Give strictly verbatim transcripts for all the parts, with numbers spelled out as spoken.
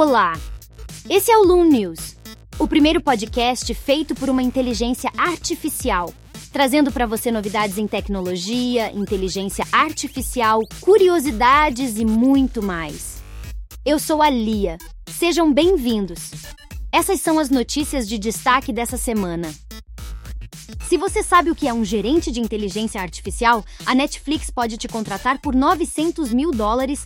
Olá! Esse é o Loom News, o primeiro podcast feito por uma inteligência artificial, trazendo para você novidades em tecnologia, inteligência artificial, curiosidades e muito mais. Eu sou a Lia. Sejam bem-vindos. Essas são as notícias de destaque dessa semana. Se você sabe o que é um gerente de inteligência artificial, a Netflix pode te contratar por novecentos mil dólares.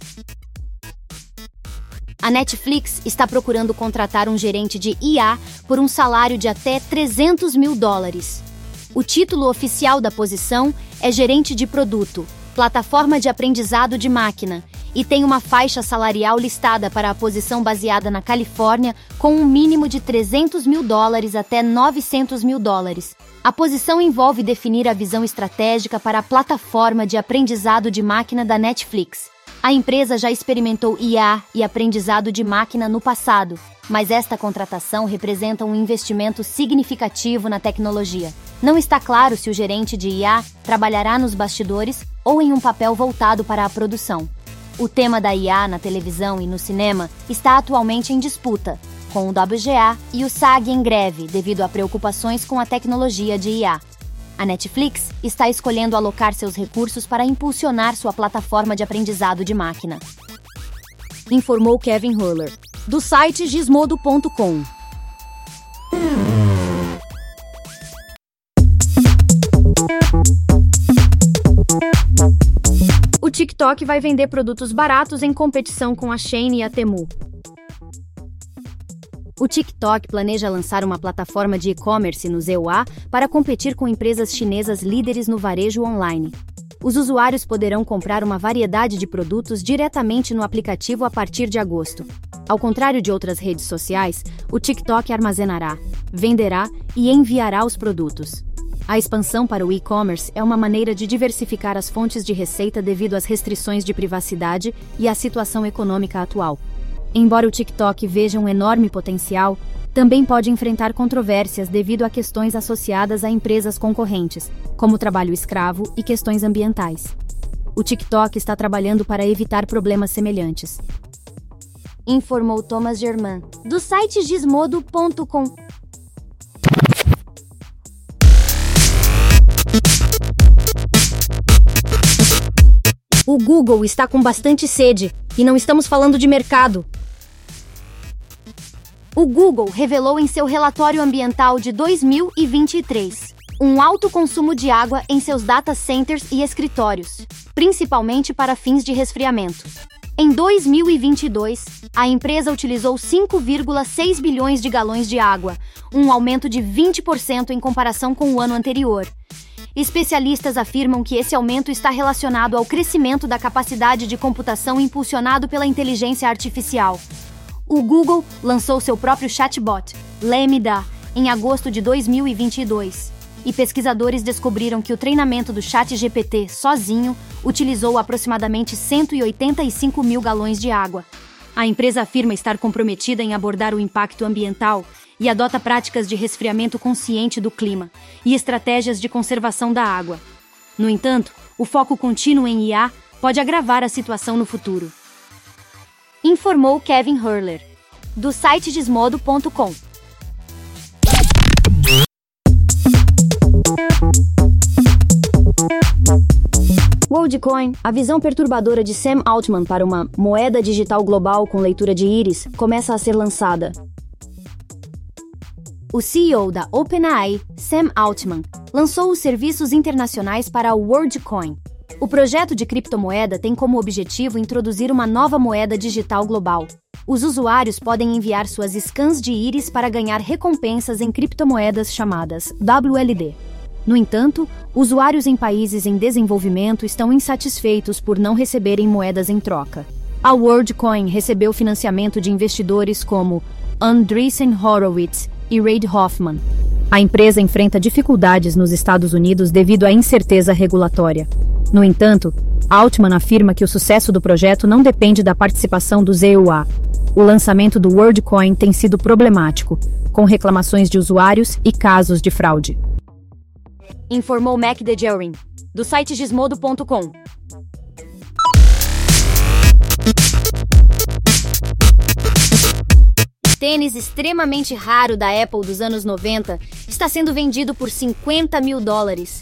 A Netflix está procurando contratar um gerente de I A por um salário de até trezentos mil dólares. O título oficial da posição é Gerente de Produto, Plataforma de Aprendizado de Máquina, e tem uma faixa salarial listada para a posição baseada na Califórnia com um mínimo de trezentos mil dólares até novecentos mil dólares. A posição envolve definir a visão estratégica para a plataforma de aprendizado de máquina da Netflix. A empresa já experimentou I A e aprendizado de máquina no passado, mas esta contratação representa um investimento significativo na tecnologia. Não está claro se o gerente de I A trabalhará nos bastidores ou em um papel voltado para a produção. O tema da I A na televisão e no cinema está atualmente em disputa, com o W G A e o SAG em greve devido a preocupações com a tecnologia de I A. A Netflix está escolhendo alocar seus recursos para impulsionar sua plataforma de aprendizado de máquina, informou Kevin Hurler, do site gizmodo ponto com. O TikTok vai vender produtos baratos em competição com a Shein e a Temu. O TikTok planeja lançar uma plataforma de e-commerce no Z U A para competir com empresas chinesas líderes no varejo online. Os usuários poderão comprar uma variedade de produtos diretamente no aplicativo a partir de agosto. Ao contrário de outras redes sociais, o TikTok armazenará, venderá e enviará os produtos. A expansão para o e-commerce é uma maneira de diversificar as fontes de receita devido às restrições de privacidade e à situação econômica atual. Embora o TikTok veja um enorme potencial, também pode enfrentar controvérsias devido a questões associadas a empresas concorrentes, como trabalho escravo e questões ambientais. O TikTok está trabalhando para evitar problemas semelhantes, informou Thomas Germain, do site gizmodo ponto com. O Google está com bastante sede, e não estamos falando de mercado. O Google revelou em seu relatório ambiental de dois mil e vinte e três um alto consumo de água em seus data centers e escritórios, principalmente para fins de resfriamento. Em dois mil e vinte e dois, a empresa utilizou cinco vírgula seis bilhões de galões de água, um aumento de vinte por cento em comparação com o ano anterior. Especialistas afirmam que esse aumento está relacionado ao crescimento da capacidade de computação impulsionado pela inteligência artificial. O Google lançou seu próprio chatbot, Lambda, em agosto de dois mil e vinte e dois, e pesquisadores descobriram que o treinamento do ChatGPT sozinho utilizou aproximadamente cento e oitenta e cinco mil galões de água. A empresa afirma estar comprometida em abordar o impacto ambiental e adota práticas de resfriamento consciente do clima e estratégias de conservação da água. No entanto, o foco contínuo em I A pode agravar a situação no futuro, informou Kevin Hurler, do site gizmodo ponto com. WorldCoin, a visão perturbadora de Sam Altman para uma moeda digital global com leitura de íris, começa a ser lançada. O C E O da OpenAI, Sam Altman, lançou os serviços internacionais para a WorldCoin. O projeto de criptomoeda tem como objetivo introduzir uma nova moeda digital global. Os usuários podem enviar suas scans de íris para ganhar recompensas em criptomoedas chamadas W L D. No entanto, usuários em países em desenvolvimento estão insatisfeitos por não receberem moedas em troca. A WorldCoin recebeu financiamento de investidores como Andreessen Horowitz e Reid Hoffman. A empresa enfrenta dificuldades nos Estados Unidos devido à incerteza regulatória. No entanto, Altman afirma que o sucesso do projeto não depende da participação do Z U A. O lançamento do WorldCoin tem sido problemático, com reclamações de usuários e casos de fraude, informou Mac DeJerin, do site gizmodo ponto com. tênis extremamente raro da Apple dos anos noventa está sendo vendido por cinquenta mil dólares.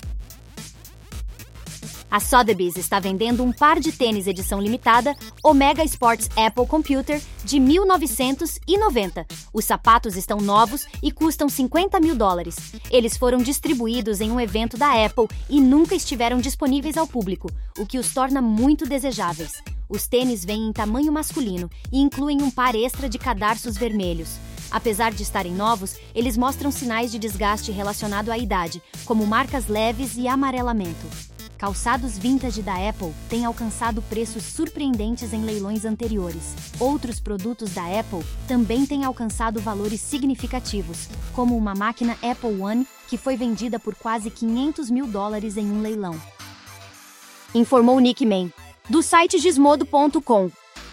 A Sotheby's está vendendo um par de tênis edição limitada Omega Sports Apple Computer de mil novecentos e noventa. Os sapatos estão novos e custam cinquenta mil dólares. Eles foram distribuídos em um evento da Apple e nunca estiveram disponíveis ao público, o que os torna muito desejáveis. Os tênis vêm em tamanho masculino e incluem um par extra de cadarços vermelhos. Apesar de estarem novos, eles mostram sinais de desgaste relacionado à idade, como marcas leves e amarelamento. Calçados vintage da Apple têm alcançado preços surpreendentes em leilões anteriores. Outros produtos da Apple também têm alcançado valores significativos, como uma máquina Apple One que foi vendida por quase quinhentos mil dólares em um leilão. Informou Nick Mann, do site Gizmodo ponto com.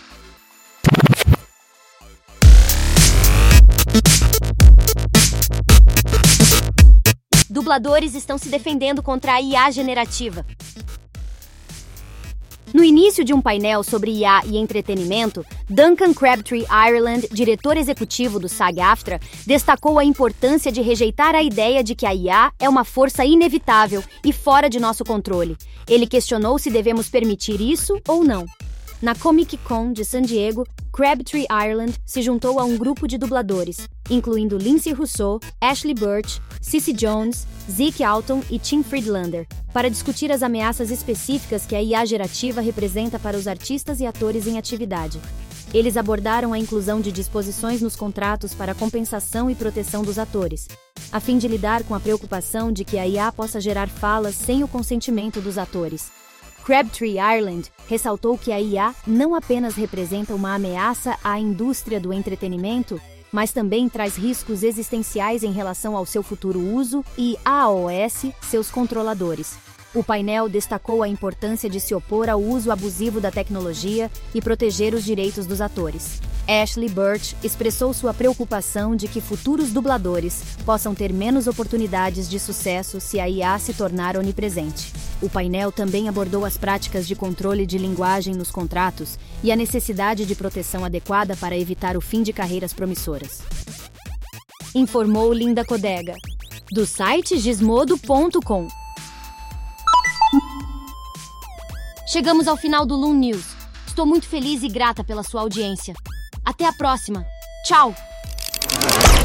Dubladores estão se defendendo contra a I A generativa. No início de um painel sobre I A e entretenimento, Duncan Crabtree Ireland, diretor executivo do SAG-AFTRA, destacou a importância de rejeitar a ideia de que a I A é uma força inevitável e fora de nosso controle. Ele questionou se devemos permitir isso ou não. Na Comic Con de San Diego, Crabtree Ireland se juntou a um grupo de dubladores, incluindo Lindsay Russo, Ashley Burch, Cissy Jones, Zeke Alton e Tim Friedlander, para discutir as ameaças específicas que a I A gerativa representa para os artistas e atores em atividade. Eles abordaram a inclusão de disposições nos contratos para a compensação e proteção dos atores, a fim de lidar com a preocupação de que a I A possa gerar falas sem o consentimento dos atores. Crabtree Ireland ressaltou que a I A não apenas representa uma ameaça à indústria do entretenimento, mas também traz riscos existenciais em relação ao seu futuro uso e a iOS, seus controladores. O painel destacou a importância de se opor ao uso abusivo da tecnologia e proteger os direitos dos atores. Ashley Burch expressou sua preocupação de que futuros dubladores possam ter menos oportunidades de sucesso se a I A se tornar onipresente. O painel também abordou as práticas de controle de linguagem nos contratos e a necessidade de proteção adequada para evitar o fim de carreiras promissoras. Informou Linda Codega, do site Gizmodo ponto com. Chegamos ao final do Loom News. Estou muito feliz e grata pela sua audiência. Até a próxima. Tchau!